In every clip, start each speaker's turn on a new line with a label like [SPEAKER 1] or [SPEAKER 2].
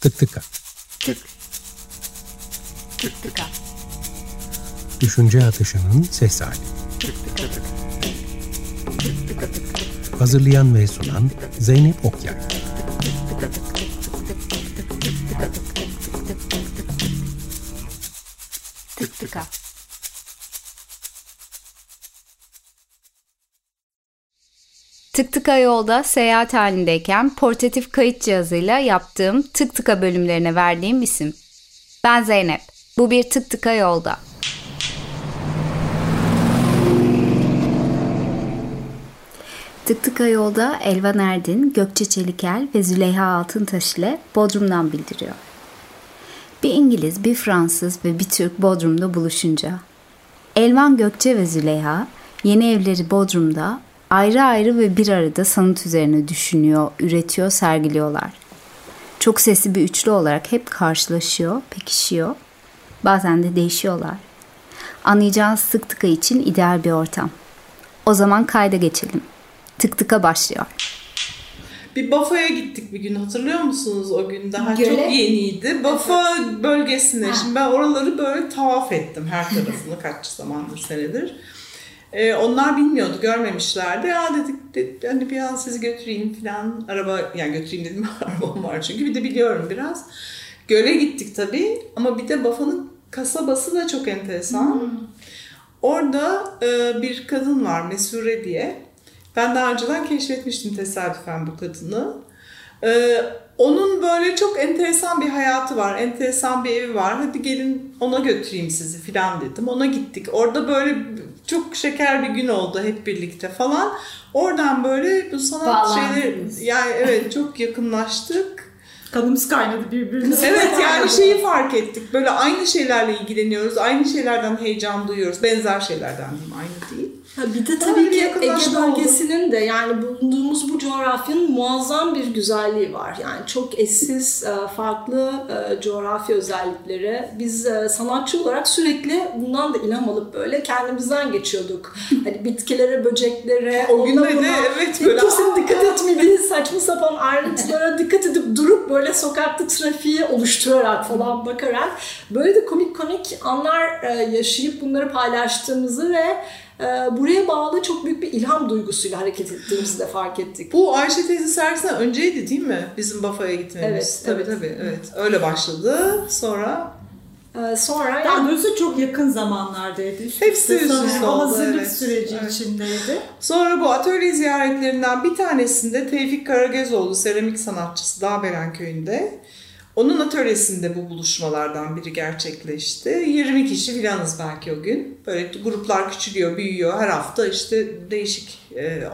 [SPEAKER 1] Tık tıka.
[SPEAKER 2] Tık. Tık tıka.
[SPEAKER 1] Düşünce atışının ses hali.
[SPEAKER 2] Tık tıka tık. Tık tıka tık.
[SPEAKER 1] Hazırlayan ve sunan Zeynep Okyay.
[SPEAKER 2] Tık tıka. Tık tıka yolda seyahat halindeyken portatif kayıt cihazıyla yaptığım tık tıka bölümlerine verdiğim isim. Ben Zeynep. Bu bir tık tıka yolda. Tık tıka yolda Elvan Erdin, Gökçe Çelikel ve Züleyha Altıntaş ile Bodrum'dan bildiriyor. Bir İngiliz, bir Fransız ve bir Türk Bodrum'da buluşunca Elvan, Gökçe ve Züleyha yeni evleri Bodrum'da ayrı ayrı ve bir arada sanat üzerine düşünüyor, üretiyor, sergiliyorlar. Çok sesli bir üçlü olarak hep karşılaşıyor, pekişiyor. Bazen de değişiyorlar. Anlayacağınız tık tıka için ideal bir ortam. O zaman kayda geçelim. Tık tıka başlıyor.
[SPEAKER 3] Bir Bafa'ya gittik bir gün, hatırlıyor musunuz o gün? Daha
[SPEAKER 2] Göle.
[SPEAKER 3] çok yeniydi. Bafa bölgesine.
[SPEAKER 2] Ha.
[SPEAKER 3] Şimdi ben oraları böyle tavaf ettim her tarafını kaç zamandır, senedir. Onlar bilmiyordu, görmemişlerdi. Ya dedik hani bir an sizi götüreyim falan. Yani götüreyim dedim, arabam var çünkü. Bir de biliyorum biraz. Göle gittik tabii ama bir de Bafa'nın kasabası da çok enteresan. Orada bir kadın var, Mesure diye. Ben daha önceden keşfetmiştim tesadüfen bu kadını. Onun böyle çok enteresan bir hayatı var, enteresan bir evi var. Hadi gelin ona götüreyim sizi falan dedim. Ona gittik. Orada böyle çok şeker bir gün oldu hep birlikte falan. Oradan böyle bu sanat şeyleri, yani evet, çok yakınlaştık.
[SPEAKER 4] Kanımız kaynadı birbirimize.
[SPEAKER 3] Evet, yani şeyi fark ettik. Böyle aynı şeylerle ilgileniyoruz. Aynı şeylerden heyecan duyuyoruz. Benzer şeylerden diyeyim, aynı değil.
[SPEAKER 4] Bir de tabii ki Ege
[SPEAKER 3] yakınlaşma
[SPEAKER 4] bölgesinin de, yani bulunduğumuz bu coğrafyanın muazzam bir güzelliği var. Yani çok eşsiz, farklı coğrafya özellikleri. Biz sanatçı olarak sürekli bundan da ilham alıp böyle kendimizden geçiyorduk. Hani bitkilere, böceklere,
[SPEAKER 3] o günde de evet böyle
[SPEAKER 4] kimsenin dikkat etmediği saçma sapan ayrıntılara dikkat edip durup böyle sokakta trafiği oluşturarak falan bakarak böyle de komik anlar yaşayıp bunları paylaştığımızı ve buraya bağlı çok büyük bir ilham duygusuyla hareket ettiğimizi de fark ettik.
[SPEAKER 3] Bu Ayşe teyze sergisinden önceydi değil mi? Bizim Bafa'ya gitmemiz.
[SPEAKER 4] Evet,
[SPEAKER 3] Tabii. Öyle başladı. Sonra
[SPEAKER 4] Yani
[SPEAKER 5] doğrusu çok yakın zamanlardaydı.
[SPEAKER 3] Hepsi üst üste oldu.
[SPEAKER 5] Hazırlık
[SPEAKER 3] evet.
[SPEAKER 5] süreci içindeydi.
[SPEAKER 3] Sonra bu atölye ziyaretlerinden bir tanesinde Tevfik Karagözoğlu, seramik sanatçısı, Dağbelen köyünde. Onun atölyesinde bu buluşmalardan biri gerçekleşti. 20 kişi filanız belki o gün. Böyle gruplar küçülüyor, büyüyor. Her hafta işte değişik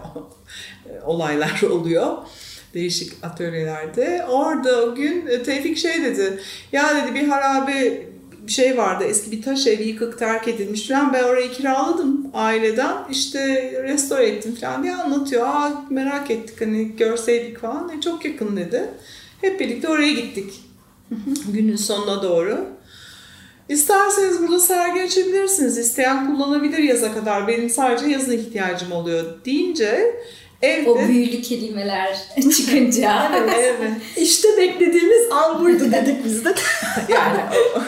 [SPEAKER 3] olaylar oluyor. Değişik atölyelerde. Orada o gün Tevfik şey dedi. Ya dedi, bir harabe bir şey vardı. Eski bir taş evi yıkık terk edilmiş falan. Ben orayı kiraladım aileden. İşte restore ettim falan diye anlatıyor. Merak ettik hani görseydik falan. Çok yakın dedi. Hep birlikte oraya gittik. Günün sonuna doğru. İsterseniz burada sergi açabilirsiniz. İsteyen kullanabilir yaza kadar. Benim sadece yazın ihtiyacım oluyor deyince evde...
[SPEAKER 2] O büyülü kelimeler çıkınca.
[SPEAKER 3] Evet.
[SPEAKER 4] İşte beklediğimiz an buydu dedik biz de.
[SPEAKER 3] Yani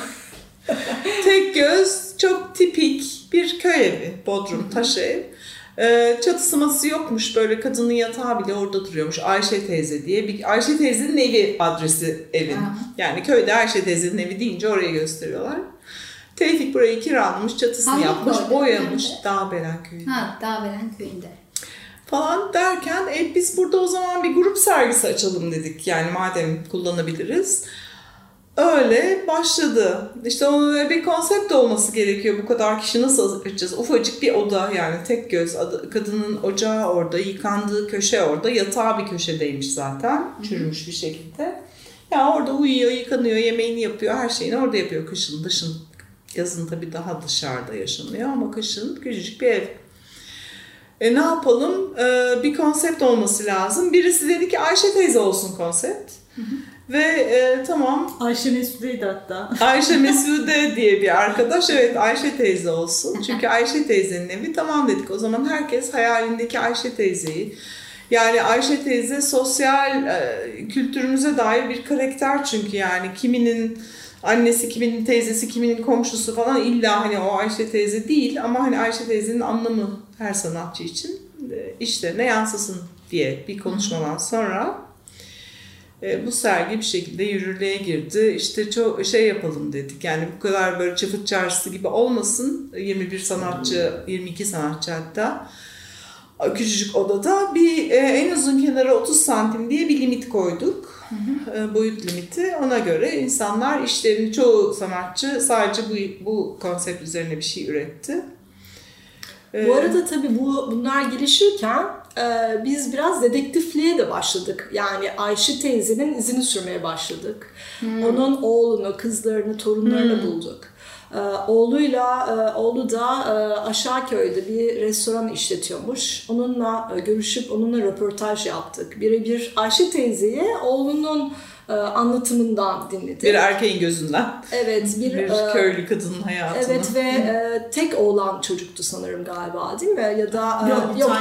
[SPEAKER 3] tek göz, çok tipik bir köy evi. Bodrum, taş ev. Çatısı masası yokmuş, böyle kadının yatağı bile orada duruyormuş. Ayşe teyze diye. Ayşe teyzenin evi adresi evin. Yani köyde Ayşe teyzenin evi deyince orayı gösteriyorlar. Tevfik burayı kiralamış, çatısını yapmış, boyamış. Dağbelen köyünde.
[SPEAKER 2] Dağbelen köyünde.
[SPEAKER 3] Falan derken biz burada o zaman bir grup sergisi açalım dedik. Yani madem kullanabiliriz. Öyle başladı. İşte onun bir konsept olması gerekiyor. Bu kadar kişi nasıl açacağız? Ufacık bir oda, yani tek göz. Kadının ocağı orada, yıkandığı köşe orada. Yatağı bir köşedeymiş zaten. Çürümüş bir şekilde. Ya orada uyuyor, yıkanıyor, yemeğini yapıyor. Her şeyini orada yapıyor kışın, dışın. Yazın tabii daha dışarıda yaşanıyor ama kışın küçücük bir ev. Ne yapalım? Bir konsept olması lazım. Birisi dedi ki Ayşe teyze olsun konsept. Ve tamam.
[SPEAKER 5] Ayşe Mesude'ydi hatta.
[SPEAKER 3] Ayşe Mesude diye bir arkadaş, evet Ayşe teyze olsun. Çünkü Ayşe teyzenin evi, tamam dedik. O zaman herkes hayalindeki Ayşe teyzeyi, Yani Ayşe teyze sosyal kültürümüze dair bir karakter çünkü yani kiminin annesi, kiminin teyzesi, kiminin komşusu falan illa hani o Ayşe teyze değil ama hani Ayşe teyzenin anlamı her sanatçı için işlerine yansısın diye bir konuşmadan sonra bu sergi bir şekilde yürürlüğe girdi. İşte çok şey yapalım dedik. Yani bu kadar böyle çıfıt çarşısı gibi olmasın. 21 sanatçı, 22 sanatçı hatta. Küçücük odada bir en uzun kenara 30 santim diye bir limit koyduk. Boyut limiti. Ona göre insanlar işlerini, çoğu sanatçı sadece bu konsept üzerine bir şey üretti.
[SPEAKER 4] Bu arada tabii bunlar gelişirken biz biraz dedektifliğe de başladık. Yani Ayşe teyzenin izini sürmeye başladık. Onun oğlunu, kızlarını, torunlarını bulduk. Oğlu da Aşağıköy'de bir restoran işletiyormuş. Onunla görüşüp onunla röportaj yaptık. Birebir Ayşe teyzeyi oğlunun anlatımından dinledik.
[SPEAKER 3] Bir erkeğin gözünden.
[SPEAKER 4] Evet.
[SPEAKER 3] Bir köylü kadının hayatını.
[SPEAKER 4] Evet ve tek oğlan çocuktu sanırım galiba değil mi? Ya da
[SPEAKER 5] yok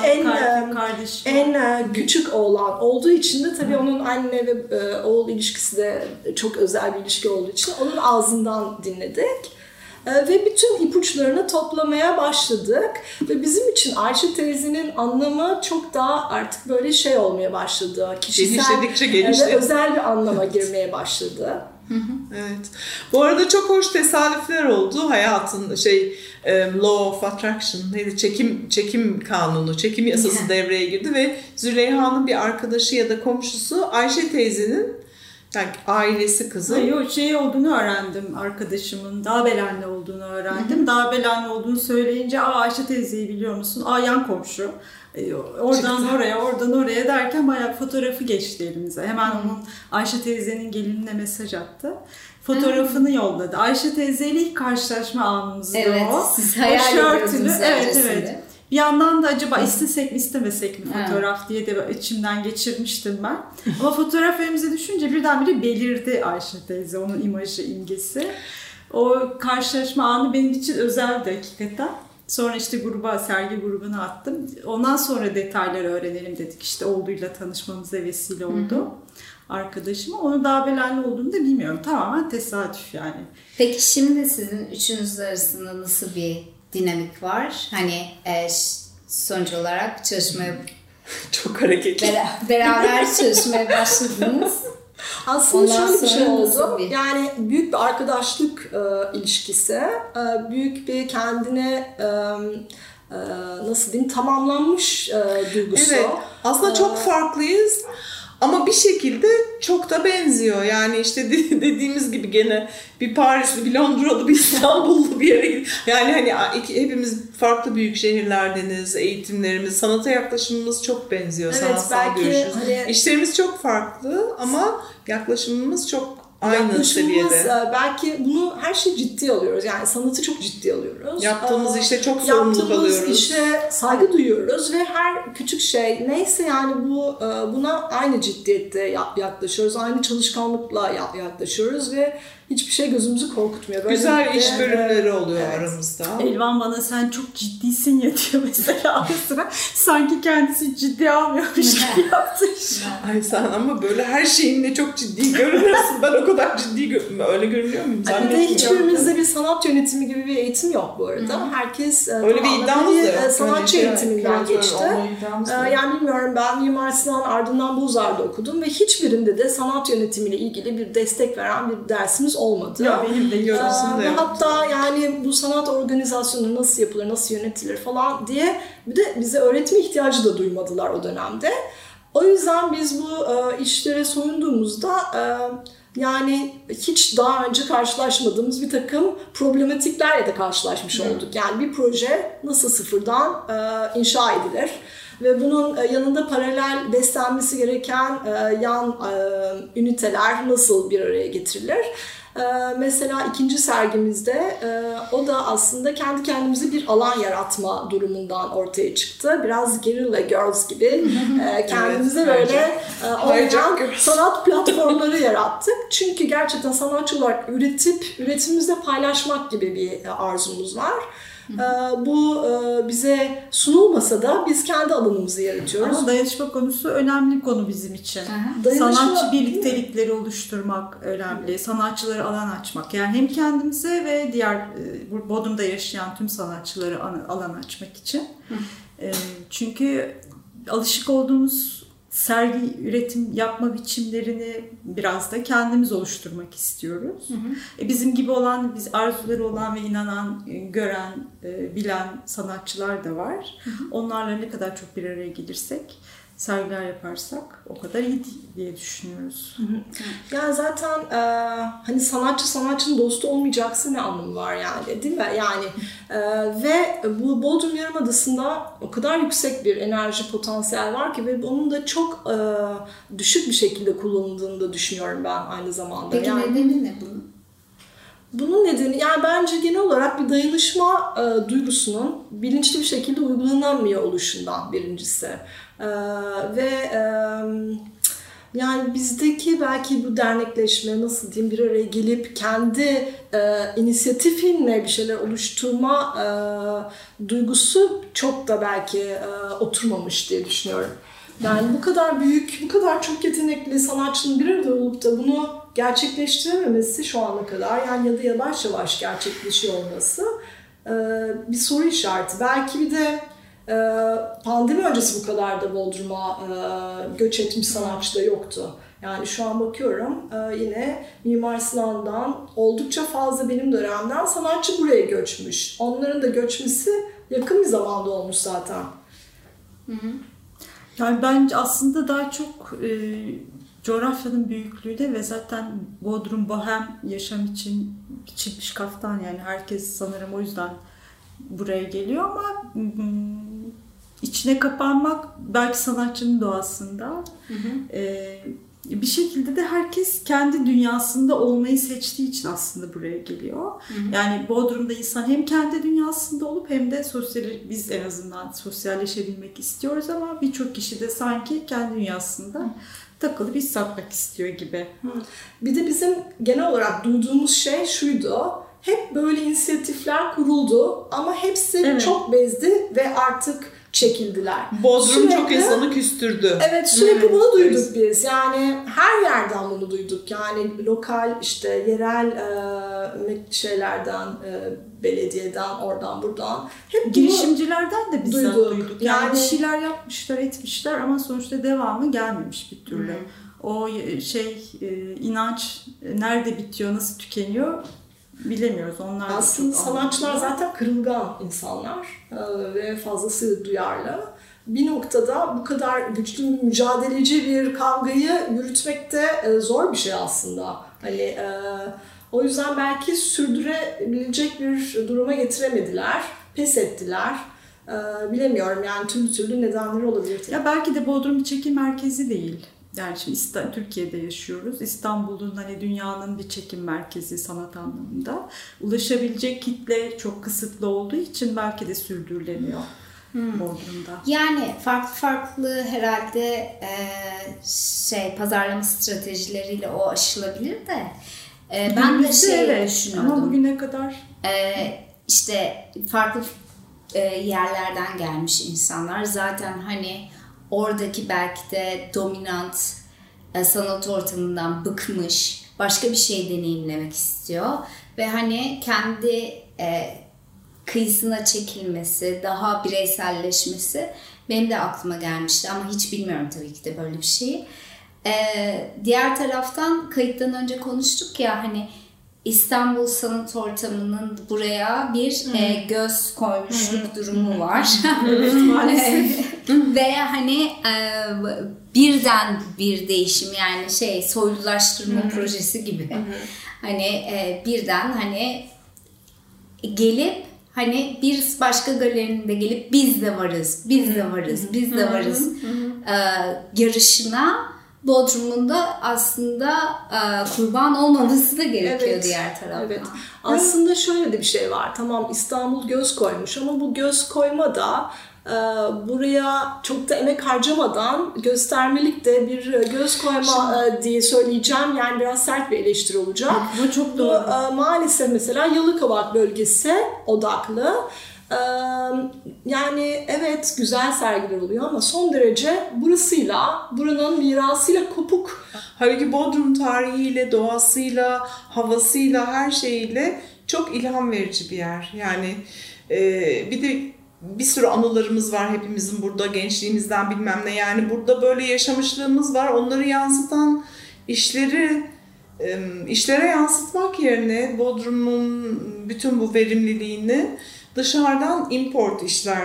[SPEAKER 4] en küçük oğlan olduğu için de tabii onun anne ve oğul ilişkisi de çok özel bir ilişki olduğu için onun ağzından dinledik. Ve bütün ipuçlarını toplamaya başladık. Ve bizim için Ayşe teyzenin anlamı çok daha artık böyle şey olmaya başladı. Kişisel ve özel bir anlama girmeye başladı.
[SPEAKER 3] Evet. Bu arada çok hoş tesadüfler oldu. Hayatın Law of Attraction neydi? Çekim kanunu, çekim yasası devreye girdi ve Züleyha'nın bir arkadaşı ya da komşusu Ayşe teyzenin yani ailesi kızı.
[SPEAKER 5] Yok olduğunu öğrendim arkadaşımın. Dağbelenli olduğunu öğrendim. Dağbelenli olduğunu söyleyince Ayşe teyzeyi biliyor musun? Yan komşu. Oradan oraya derken bayağı fotoğrafı geçti elimize. Hemen onun Ayşe teyzenin gelinine mesaj attı. Fotoğrafını yolladı. Ayşe teyzeyle ilk karşılaşma anımızdı o.
[SPEAKER 2] Evet, siz hayal ediyordunuz
[SPEAKER 5] Evet. Bir yandan da acaba istesek mi istemesek mi fotoğraf diye de içimden geçirmiştim ben. Ama fotoğraf elimize düşünce birdenbire belirdi Ayşe teyze, onun imajı, imgesi. O karşılaşma anı benim için özeldi hakikaten. Sonra işte sergi grubuna attım. Ondan sonra detayları öğrenelim dedik. İşte oğluyla tanışmamıza vesile oldu. Arkadaşıma. Onu Dağbelenli olduğunu da bilmiyorum. Tamamen tesadüf yani.
[SPEAKER 2] Peki şimdi sizin üçünüz arasında nasıl bir dinamik var? Hani sonuç olarak çalışmaya
[SPEAKER 3] çok hareketli.
[SPEAKER 2] Beraber çalışmaya başladınız.
[SPEAKER 4] Aslında şöyle bir şey oldu. Yani büyük bir arkadaşlık ilişkisi, büyük bir kendine nasıl diyeyim tamamlanmış duygusu.
[SPEAKER 3] Evet. Aslında çok farklıyız. Ama bir şekilde çok da benziyor. Yani işte dediğimiz gibi gene bir Parisli, bir Londralı, bir İstanbullu bir yere gidiyor. Yani hani hepimiz farklı büyük şehirlerdeniz, eğitimlerimiz, sanata yaklaşımımız çok benziyor.
[SPEAKER 4] Evet,
[SPEAKER 3] sanatsal görüşümüz. İşlerimiz çok farklı ama yaklaşımımız çok aynı seviyede.
[SPEAKER 4] Belki bunu her şeyi ciddiye alıyoruz. Yani sanatı çok ciddiye alıyoruz.
[SPEAKER 3] Yaptığımız işte çok sorumluluk alıyoruz.
[SPEAKER 4] Yaptığımız işe saygı duyuyoruz ve her küçük şey neyse yani buna aynı ciddiyette yaklaşıyoruz. Aynı çalışkanlıkla yaklaşıyoruz ve hiçbir şey gözümüzü korkutmuyor. Böyle
[SPEAKER 3] güzel iş bölümleri oluyor aramızda.
[SPEAKER 5] Elvan bana sen çok ciddisin ya diyor mesela sıra. Sanki kendisi ciddiye almıyormuş gibi yaptı.
[SPEAKER 3] Ay sen ama böyle her şeyinle çok ciddi görünüyorsun. Ben o kadar ciddi öyle görünüyor muyum?
[SPEAKER 4] Bir de hiçbirimizde bir sanat yönetimi gibi bir eğitim yok bu arada. Herkes
[SPEAKER 3] öyle bir iddiamız da yok.
[SPEAKER 4] Sanatçı eğitiminden geçti. Yani bilmiyorum, ben Mimar Sinan ardından Buzar'da okudum ve hiçbirinde de sanat yönetimiyle ilgili bir destek veren bir dersimiz olmadı.
[SPEAKER 5] Ya benim de
[SPEAKER 4] ve hatta yani bu sanat organizasyonu nasıl yapılır, nasıl yönetilir falan diye bir de bize öğretme ihtiyacı da duymadılar o dönemde. O yüzden biz bu işlere soyunduğumuzda yani hiç daha önce karşılaşmadığımız bir takım problematiklerle de karşılaşmış olduk. Yani bir proje nasıl sıfırdan inşa edilir ve bunun yanında paralel beslenmesi gereken yan üniteler nasıl bir araya getirilir? Mesela ikinci sergimizde o da aslında kendi kendimize bir alan yaratma durumundan ortaya çıktı. Biraz Guerrilla Girls gibi kendimize böyle olmayan sanat platformları yarattık. Çünkü gerçekten sanatçı olarak üretimimizde paylaşmak gibi bir arzumuz var. Bu bize sunulmasa da biz kendi alanımızı yaratıyoruz.
[SPEAKER 5] Ama dayanışma konusu önemli bir konu bizim için. Sanatçı birliktelikleri oluşturmak önemli. Sanatçılara alan açmak. Yani hem kendimize ve diğer Bodrum'da yaşayan tüm sanatçılara alan açmak için. Çünkü alışık olduğumuz sergi üretim yapma biçimlerini biraz da kendimiz oluşturmak istiyoruz. Bizim gibi olan, biz arzuları olan ve inanan, gören, bilen sanatçılar da var. Onlarla ne kadar çok bir araya gelirsek, sergiler yaparsak o kadar iyi diye düşünüyoruz.
[SPEAKER 4] Yani zaten hani sanatçının dostu olmayacaksa ne anlamı var yani, değil mi? Yani ve bu Bodrum Yarımadası'nda o kadar yüksek bir enerji potansiyel var ki ve onun da çok düşük bir şekilde kullanıldığını da düşünüyorum ben aynı zamanda.
[SPEAKER 2] Peki
[SPEAKER 4] yani,
[SPEAKER 2] nedeni ne bunun?
[SPEAKER 4] Bunun nedeni yani bence genel olarak bir dayanışma duygusunun bilinçli bir şekilde uygulanamıyor oluşundan birincisi. Yani bizdeki belki bu dernekleşme, nasıl diyeyim, bir araya gelip kendi inisiyatifinle bir şeyler oluşturma duygusu çok da belki oturmamış diye düşünüyorum. Yani bu kadar büyük, bu kadar çok yetenekli sanatçının bir arada olup da bunu gerçekleştirememesi şu ana kadar, yani ya da yavaş yavaş gerçekleşiyor olması bir soru işareti. Belki bir de pandemi öncesi bu kadar da Bodrum'a göç etmiş sanatçı da yoktu. Yani şu an bakıyorum yine Mimar Sinan'dan oldukça fazla benim dönemden sanatçı buraya göçmüş. Onların da göçmesi yakın bir zamanda olmuş zaten.
[SPEAKER 5] Yani bence aslında daha çok coğrafyanın büyüklüğüyle ve zaten Bodrum bohem yaşam için biçilmiş kaftan, yani herkes sanırım o yüzden buraya geliyor ama içine kapanmak belki sanatçının doğasında. Bir şekilde de herkes kendi dünyasında olmayı seçtiği için aslında buraya geliyor. Yani Bodrum'da insan hem kendi dünyasında olup hem de biz en azından sosyalleşebilmek istiyoruz ama birçok kişi de sanki kendi dünyasında takılıp iş satmak istiyor gibi.
[SPEAKER 4] Bir de bizim genel olarak duyduğumuz şey şuydu: hep böyle inisiyatifler kuruldu ama hepsi çok bezdi ve artık çekildiler.
[SPEAKER 3] Bodrum çok insanı küstürdü.
[SPEAKER 4] Evet, sürekli bunu duyduk biz. Yani her yerden bunu duyduk. Yani lokal, işte yerel şeylerden, belediyeden, oradan buradan. Hep
[SPEAKER 5] girişimcilerden de biz duyduk. Yani bir şeyler yapmışlar, etmişler ama sonuçta devamı gelmemiş bir türlü. O inanç nerede bitiyor, nasıl tükeniyor bilemiyoruz. Onlar
[SPEAKER 4] aslında sanatçılar zaten kırılgan insanlar ve fazlasıyla duyarlı. Bir noktada bu kadar güçlü, mücadeleci bir kavgayı yürütmek de zor bir şey aslında. Hani o yüzden belki sürdürebilecek bir duruma getiremediler, pes ettiler. Bilemiyorum, yani türlü nedenleri olabilir.
[SPEAKER 5] Ya belki de Bodrum bir çekim merkezi değil. Yani şimdi Türkiye'de yaşıyoruz. İstanbul'un hani dünyanın bir çekim merkezi sanat anlamında. Ulaşabilecek kitle çok kısıtlı olduğu için belki de sürdürülemiyor Bodrum'da.
[SPEAKER 2] Yani farklı herhalde pazarlama stratejileriyle o aşılabilir de ben de düşünüyordum.
[SPEAKER 5] Ama bugüne kadar
[SPEAKER 2] işte farklı yerlerden gelmiş insanlar zaten hani oradaki belki de dominant sanat ortamından bıkmış, başka bir şey deneyimlemek istiyor ve hani kendi kıyısına çekilmesi, daha bireyselleşmesi benim de aklıma gelmişti ama hiç bilmiyorum tabii ki de böyle bir şeyi. Diğer taraftan kayıttan önce konuştuk ya, hani İstanbul sanat ortamının buraya bir göz koymuşluk durumu var.
[SPEAKER 5] Evet, maalesef.
[SPEAKER 2] Ve hani birden bir değişim, yani soylulaştırma projesi gibi. Hani birden hani gelip hani bir başka galerinin de gelip biz de varız yarışına Bodrum'un da aslında kurban olmaması da gerekiyor diğer taraftan.
[SPEAKER 4] Evet. Aslında şöyle de bir şey var. Tamam, İstanbul göz koymuş ama bu göz koyma da buraya çok da emek harcamadan göstermelik de bir göz koyma diye söyleyeceğim. Yani biraz sert bir eleştiri olacak.
[SPEAKER 5] Bu çok doğru.
[SPEAKER 4] Maalesef mesela Yalıkavak bölgesi odaklı. Yani evet güzel sergiler oluyor ama son derece buranın mirasıyla kopuk.
[SPEAKER 3] Halbuki Bodrum tarihiyle, doğasıyla, havasıyla, her şeyiyle çok ilham verici bir yer. Yani bir de bir sürü anılarımız var hepimizin burada, gençliğimizden bilmem ne. Yani burada böyle yaşamışlığımız var. Onları yansıtan işlere yansıtmak yerine Bodrum'un bütün bu verimliliğini dışarıdan ithal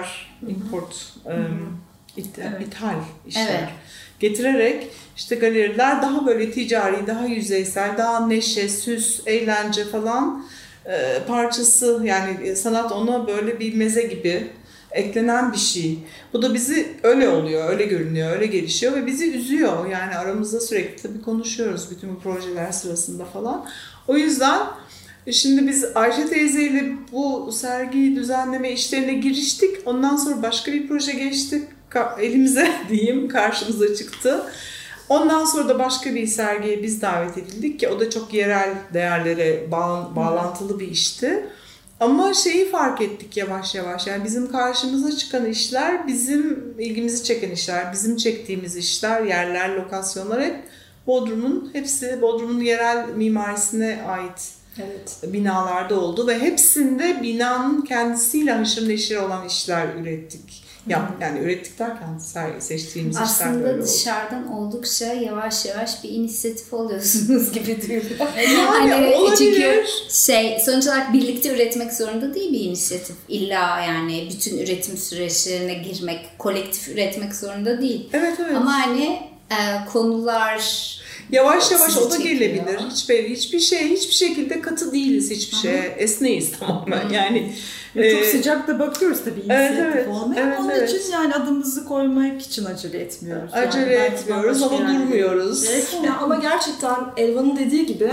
[SPEAKER 3] işler getirerek işte galeriler daha böyle ticari, daha yüzeysel, daha neşe, süs, eğlence falan parçası, yani sanat ona böyle bir meze gibi eklenen bir şey. Bu da bizi öyle oluyor, öyle görünüyor, öyle gelişiyor ve bizi üzüyor. Yani aramızda sürekli tabii konuşuyoruz bütün bu projeler sırasında falan. O yüzden şimdi biz Ayşe teyzeyle bu sergiyi düzenleme işlerine giriştik. Ondan sonra başka bir proje geçti. Elimize diyeyim, karşımıza çıktı. Ondan sonra da başka bir sergiye biz davet edildik ki o da çok yerel değerlere bağlantılı bir işti. Ama şeyi fark ettik yavaş yavaş, yani bizim karşımıza çıkan işler, bizim ilgimizi çeken işler, bizim çektiğimiz işler, yerler, lokasyonlar hep Bodrum'un yerel mimarisine ait binalarda oldu ve hepsinde binanın kendisiyle haşır neşir olan işler ürettik. Yani ürettik derken seçtiğimiz işler böyle oldu.
[SPEAKER 2] Aslında dışarıdan oldukça yavaş yavaş bir inisiyatif oluyorsunuz gibi duruyor.
[SPEAKER 3] Yani olabilir.
[SPEAKER 2] Çünkü sonuç olarak birlikte üretmek zorunda değil bir inisiyatif. İlla yani bütün üretim süreçlerine girmek, kolektif üretmek zorunda değil.
[SPEAKER 3] Evet.
[SPEAKER 2] Ama hani konular
[SPEAKER 3] yavaş yavaş o da gelebilir. Hiçbir şekilde katı değiliz hiçbir şeye. Esneyiz tamamen. Yani
[SPEAKER 5] çok sıcak da bakıyoruz tabii inisiyatif olmaya. Onun için yani adımızı koymak için acele etmiyoruz.
[SPEAKER 3] Acele etmiyoruz ama durmuyoruz.
[SPEAKER 4] Ama gerçekten Elvan'ın dediği gibi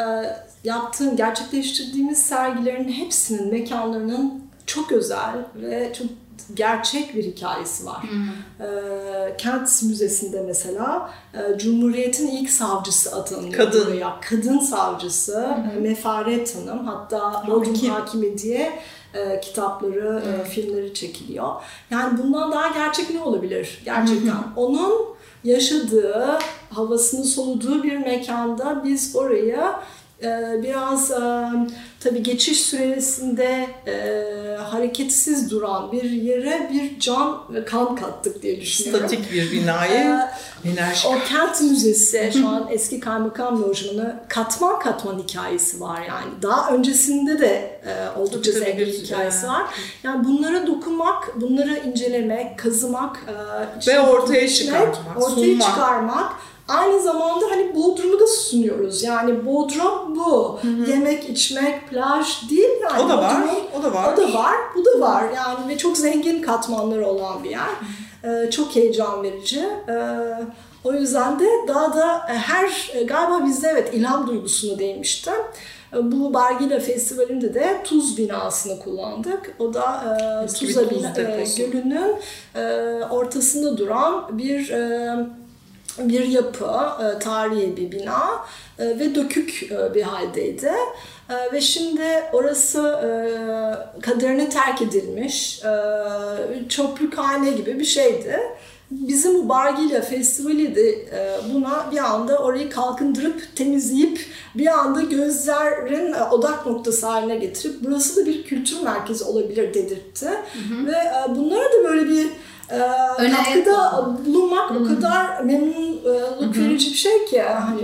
[SPEAKER 4] gerçekleştirdiğimiz sergilerin hepsinin, mekanlarının çok özel ve çok gerçek bir hikayesi var. Kent Müzesi'nde mesela Cumhuriyet'in ilk savcısı atanıyor buraya. Kadın savcısı Mefaret Hanım, hatta Bodrum Hakimi diye kitapları, filmleri çekiliyor. Yani bundan daha gerçek ne olabilir gerçekten? Onun yaşadığı, havasını soluduğu bir mekanda biz oraya biraz tabii geçiş süresinde hareketsiz duran bir yere bir can ve kan kattık diye düşünüyorum.
[SPEAKER 3] Statik bir binayı enerji.
[SPEAKER 4] O Kent Müzesi, şu an eski Kaymakam Lojmanı, katman hikayesi var yani. Daha öncesinde de oldukça zengin bir hikayesi var. Yani bunlara dokunmak, bunları incelemek, kazımak
[SPEAKER 3] ve ortaya çıkarmak.
[SPEAKER 4] Aynı zamanda hani Bodrum'u da sunuyoruz. Yani Bodrum bu. Yemek, içmek, plaj değil yani.
[SPEAKER 3] O da var.
[SPEAKER 4] Bu da var. Yani ve çok zengin katmanları olan bir yer. Çok heyecan verici. O yüzden de daha da galiba bizde ilham duygusunu değinmiştim. Bu Bargila Festivali'nde de Tuz binasını kullandık. O da Tuzla Gölü'nün ortasında duran bir yapı, tarihi bir bina ve dökük bir haldeydi. Ve şimdi orası kaderine terk edilmiş, çöplükhane gibi bir şeydi. Bizim bu Bargila Festivali de buna bir anda orayı kalkındırıp, temizleyip, bir anda gözlerin odak noktası haline getirip burası da bir kültür merkezi olabilir dedirtti. Ve bunlara da böyle bir katkıda bulunmak o kadar memnunluk verici bir şey ki hani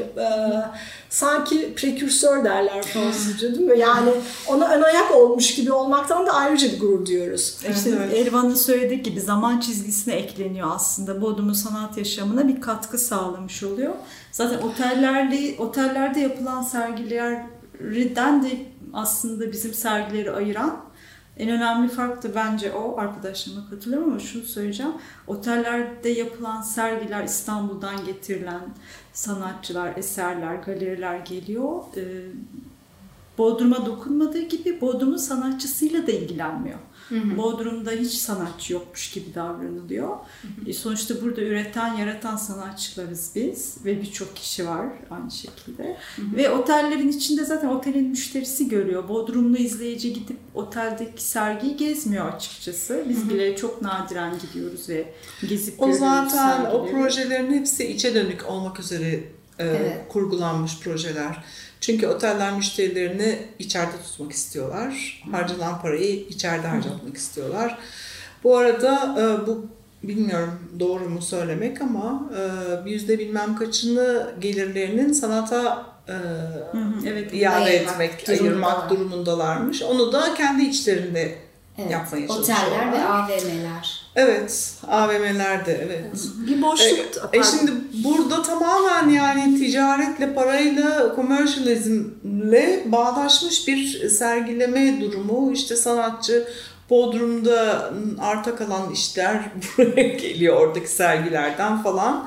[SPEAKER 4] sanki prekürsör derler Fransızca değil mi? Yani ona ön ayak olmuş gibi olmaktan da ayrıca bir gurur duyuyoruz.
[SPEAKER 5] İşte Elvan'ın söylediği gibi zaman çizgisine ekleniyor aslında. Bodrum'un sanat yaşamına bir katkı sağlamış oluyor. Zaten otellerde yapılan sergilerden de aslında bizim sergileri ayıran en önemli fark da bence o. Arkadaşlarıma katılıyorum ama şunu söyleyeceğim. Otellerde yapılan sergiler, İstanbul'dan getirilen sanatçılar, eserler, galeriler geliyor. Bodrum'a dokunmadığı gibi Bodrum'un sanatçısıyla da ilgilenmiyor. Bodrum'da hiç sanatçı yokmuş gibi davranılıyor. Sonuçta burada üreten, yaratan sanatçılarız biz ve birçok kişi var aynı şekilde. Ve otellerin içinde zaten otelin müşterisi görüyor. Bodrumlu izleyici gidip oteldeki sergiyi gezmiyor açıkçası. Biz bile çok nadiren gidiyoruz ve gezip görüyoruz.
[SPEAKER 3] O zaten o projelerin hepsi içe dönük olmak üzere kurgulanmış projeler. Çünkü oteller müşterilerini içeride tutmak istiyorlar. Harcanan parayı içeride harcatmak istiyorlar. Bu arada bu bilmiyorum doğru mu söylemek ama yüzde bilmem kaçını gelirlerinin sanata iade etmek, ayırmak durumundalarmış. Onu da kendi içlerinde yapmaya çalışıyorlar.
[SPEAKER 2] Oteller ve AVM'ler.
[SPEAKER 3] Evet, AVM'ler de evet.
[SPEAKER 4] Bir boşluk.
[SPEAKER 3] Şimdi burada tamamen yani ticaretle, parayla, commercialismle bağdaşmış bir sergileme durumu. İşte sanatçı Bodrum'da arta kalan işler buraya geliyor oradaki sergilerden falan.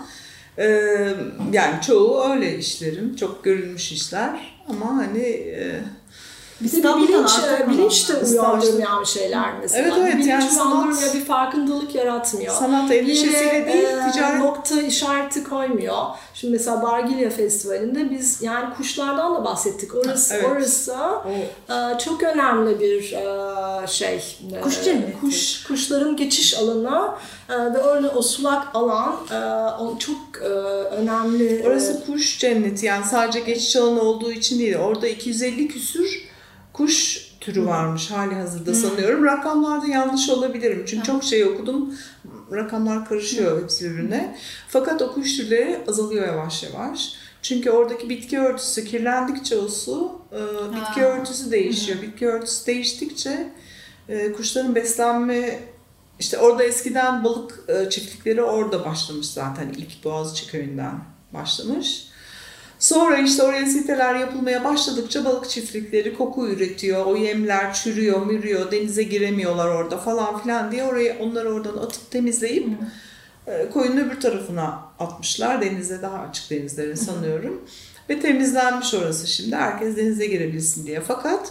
[SPEAKER 3] Yani çoğu öyle işlerin, çok görülmüş işler ama hani...
[SPEAKER 4] Bir de bilinç de uyandırmayan şeyler mesela.
[SPEAKER 3] Evet,
[SPEAKER 4] bilinç
[SPEAKER 3] yani
[SPEAKER 4] uyandırmıyor, bir farkındalık yaratmıyor.
[SPEAKER 3] Sanat endişesiyle değil, ticaret.
[SPEAKER 4] Nokta işareti koymuyor. Şimdi mesela Bargilya Festivali'nde biz yani kuşlardan da bahsettik. Orası çok önemli bir şey.
[SPEAKER 5] Kuş cenneti.
[SPEAKER 4] Kuşların geçiş alanı ve orada o sulak alan çok önemli.
[SPEAKER 3] Orası kuş cenneti yani sadece geçiş alanı olduğu için değil. Orada 250 küsür kuş türü varmış hali hazırda sanıyorum. Rakamlarda yanlış olabilirim. Çünkü çok şey okudum. Rakamlar karışıyor hepsi birbirine. Fakat o kuş türleri azalıyor yavaş yavaş. Çünkü oradaki bitki örtüsü kirlendikçe o su, bitki örtüsü değişiyor. Bitki örtüsü değiştikçe kuşların beslenme... İşte orada eskiden balık çiftlikleri orada başlamış zaten. İlk Boğaziçi Köyü'nden başlamış. Sonra işte oraya siteler yapılmaya başladıkça balık çiftlikleri koku üretiyor. O yemler çürüyor, mürüyor, denize giremiyorlar orada falan filan diye onları oradan atıp temizleyip koyunun öbür tarafına atmışlar. Denize, daha açık denizlere sanıyorum. Ve temizlenmiş orası şimdi. Herkes denize girebilsin diye. Fakat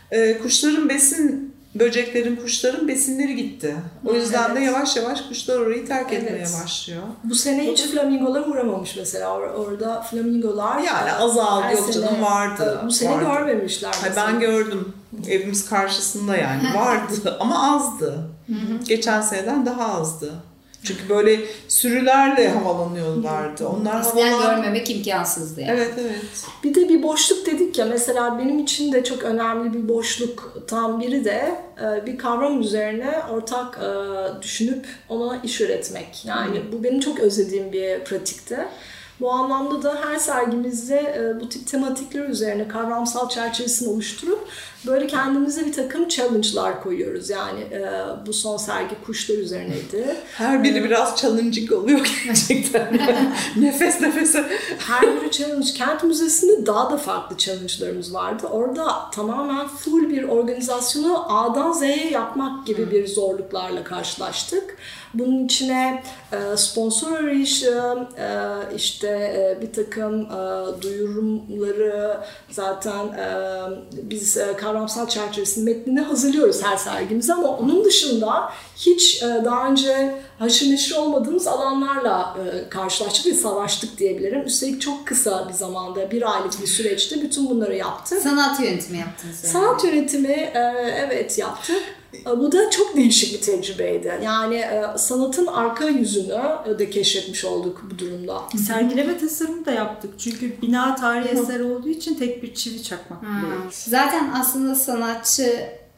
[SPEAKER 3] kuşların besinleri gitti. O yüzden de yavaş yavaş kuşlar orayı terk etmeye başlıyor.
[SPEAKER 4] Bu sene hiç flamingolar uğramamış mesela. Orada flamingolar
[SPEAKER 3] yani azaldı, yok canım vardı.
[SPEAKER 4] Bu sene görmemişler mesela.
[SPEAKER 3] Ben gördüm. Evimiz karşısında yani vardı ama azdı. Geçen seneden daha azdı. Çünkü böyle sürülerle havalanıyorlardı. Onlar
[SPEAKER 2] görmemek imkansızdı yani.
[SPEAKER 3] Evet.
[SPEAKER 4] Bir de bir boşluk dedik ya, mesela benim için de çok önemli bir boşluktan biri de bir kavram üzerine ortak düşünüp ona iş üretmek. Yani bu benim çok özlediğim bir pratikti. Bu anlamda da her sergimizde bu tip tematikler üzerine kavramsal çerçevesini oluşturup böyle kendimize bir takım challenge'lar koyuyoruz. Yani bu son sergi kuşlar üzerineydi.
[SPEAKER 3] Her biri biraz challenging oluyor gerçekten. Nefes nefese.
[SPEAKER 4] Her biri challenge. Kent Müzesi'nde daha da farklı challenge'larımız vardı. Orada tamamen full bir organizasyonu A'dan Z'ye yapmak gibi bir zorluklarla karşılaştık. Bunun içine sponsor arayışı, işte bir takım duyurumları, zaten biz kavramsal çerçevesinin metnini hazırlıyoruz her sergimize, ama onun dışında hiç daha önce haşır neşir olmadığımız alanlarla karşılaştık ve savaştık diyebilirim. Üstelik çok kısa bir zamanda, bir aylık bir süreçte bütün bunları yaptık.
[SPEAKER 2] Sanat yönetimi yaptınız yani.
[SPEAKER 4] Sanat yönetimi evet yaptık. Bu da çok değişik bir tecrübeydi. Yani sanatın arka yüzünü de keşfetmiş olduk bu durumda.
[SPEAKER 5] Sergileme tasarımı da yaptık. Çünkü bina tarihi eseri olduğu için tek bir çivi çakmak gerekiyor.
[SPEAKER 2] Zaten aslında sanatçı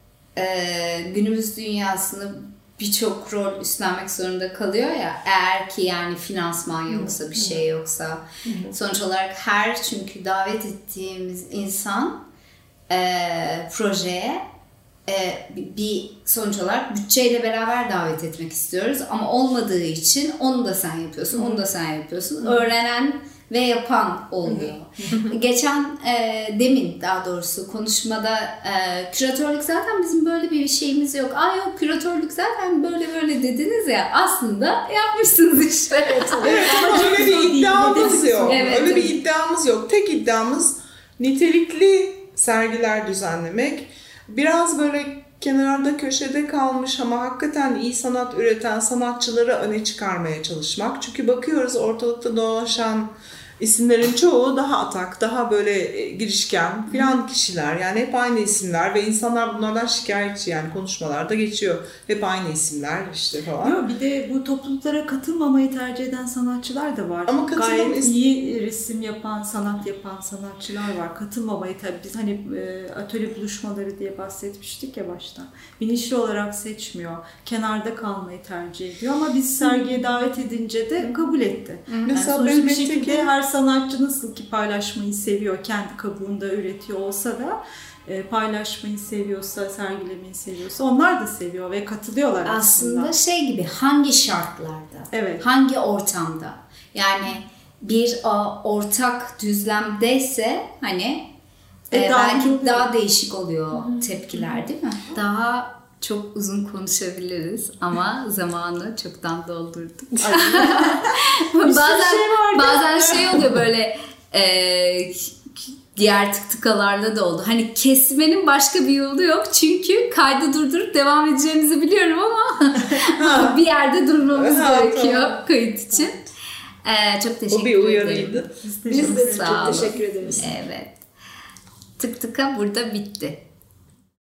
[SPEAKER 2] günümüz dünyasında birçok rol üstlenmek zorunda kalıyor ya. Eğer ki yani finansman yoksa, bir şey yoksa. Sonuç olarak çünkü davet ettiğimiz insan projeye bir sonuç olarak bütçeyle beraber davet etmek istiyoruz, ama olmadığı için onu da sen yapıyorsun, onu da sen yapıyorsun. Öğrenen ve yapan oluyor. Geçen demin daha doğrusu konuşmada küratörlük zaten bizim böyle bir şeyimiz yok. Yok küratörlük zaten böyle dediniz ya, aslında yapmışsınız işte.
[SPEAKER 3] Evet, ama öyle bir iddiamız yok.
[SPEAKER 2] Evet,
[SPEAKER 3] öyle bir iddiamız yok. Tek iddiamız nitelikli sergiler düzenlemek. Biraz böyle kenarda köşede kalmış ama hakikaten iyi sanat üreten sanatçıları öne çıkarmaya çalışmak. Çünkü bakıyoruz ortalıkta dolaşan isimlerin çoğu daha atak, daha böyle girişken filan kişiler. Yani hep aynı isimler ve insanlar bunlardan şikayetçi, yani konuşmalarda geçiyor. Hep aynı isimler işte falan.
[SPEAKER 5] Yok, bir de bu topluluklara katılmamayı tercih eden sanatçılar da var.
[SPEAKER 3] Ama
[SPEAKER 5] gayet iyi resim yapan, sanat yapan sanatçılar var. Katılmamayı tabii biz hani atölye buluşmaları diye bahsetmiştik ya başta. Bilinçli olarak seçmiyor. Kenarda kalmayı tercih ediyor ama biz sergiye davet edince de kabul etti.
[SPEAKER 3] Mesela
[SPEAKER 5] yani bir şekilde her sanatçı nasıl ki paylaşmayı seviyor, kendi kabuğunda üretiyor olsa da paylaşmayı seviyorsa, sergilemeyi seviyorsa onlar da seviyor ve katılıyorlar aslında.
[SPEAKER 2] Aslında şey gibi, hangi şartlarda,
[SPEAKER 5] evet,
[SPEAKER 2] hangi ortamda, yani bir ortak düzlemdeyse hani belki daha değişik oluyor tepkiler, değil mi? Daha çok uzun konuşabiliriz ama zamanı çoktan doldurduk. bazen şey oluyor böyle diğer tıktıkalarla da oldu. Hani kesmenin başka bir yolu yok. Çünkü kaydı durdurup devam edeceğimizi biliyorum ama bir yerde durmamız gerekiyor kayıt için. Çok teşekkür ederim.
[SPEAKER 3] O bir uyarıydı.
[SPEAKER 4] Biz de çok teşekkür ederiz.
[SPEAKER 2] Evet. Tık tıka burada bitti.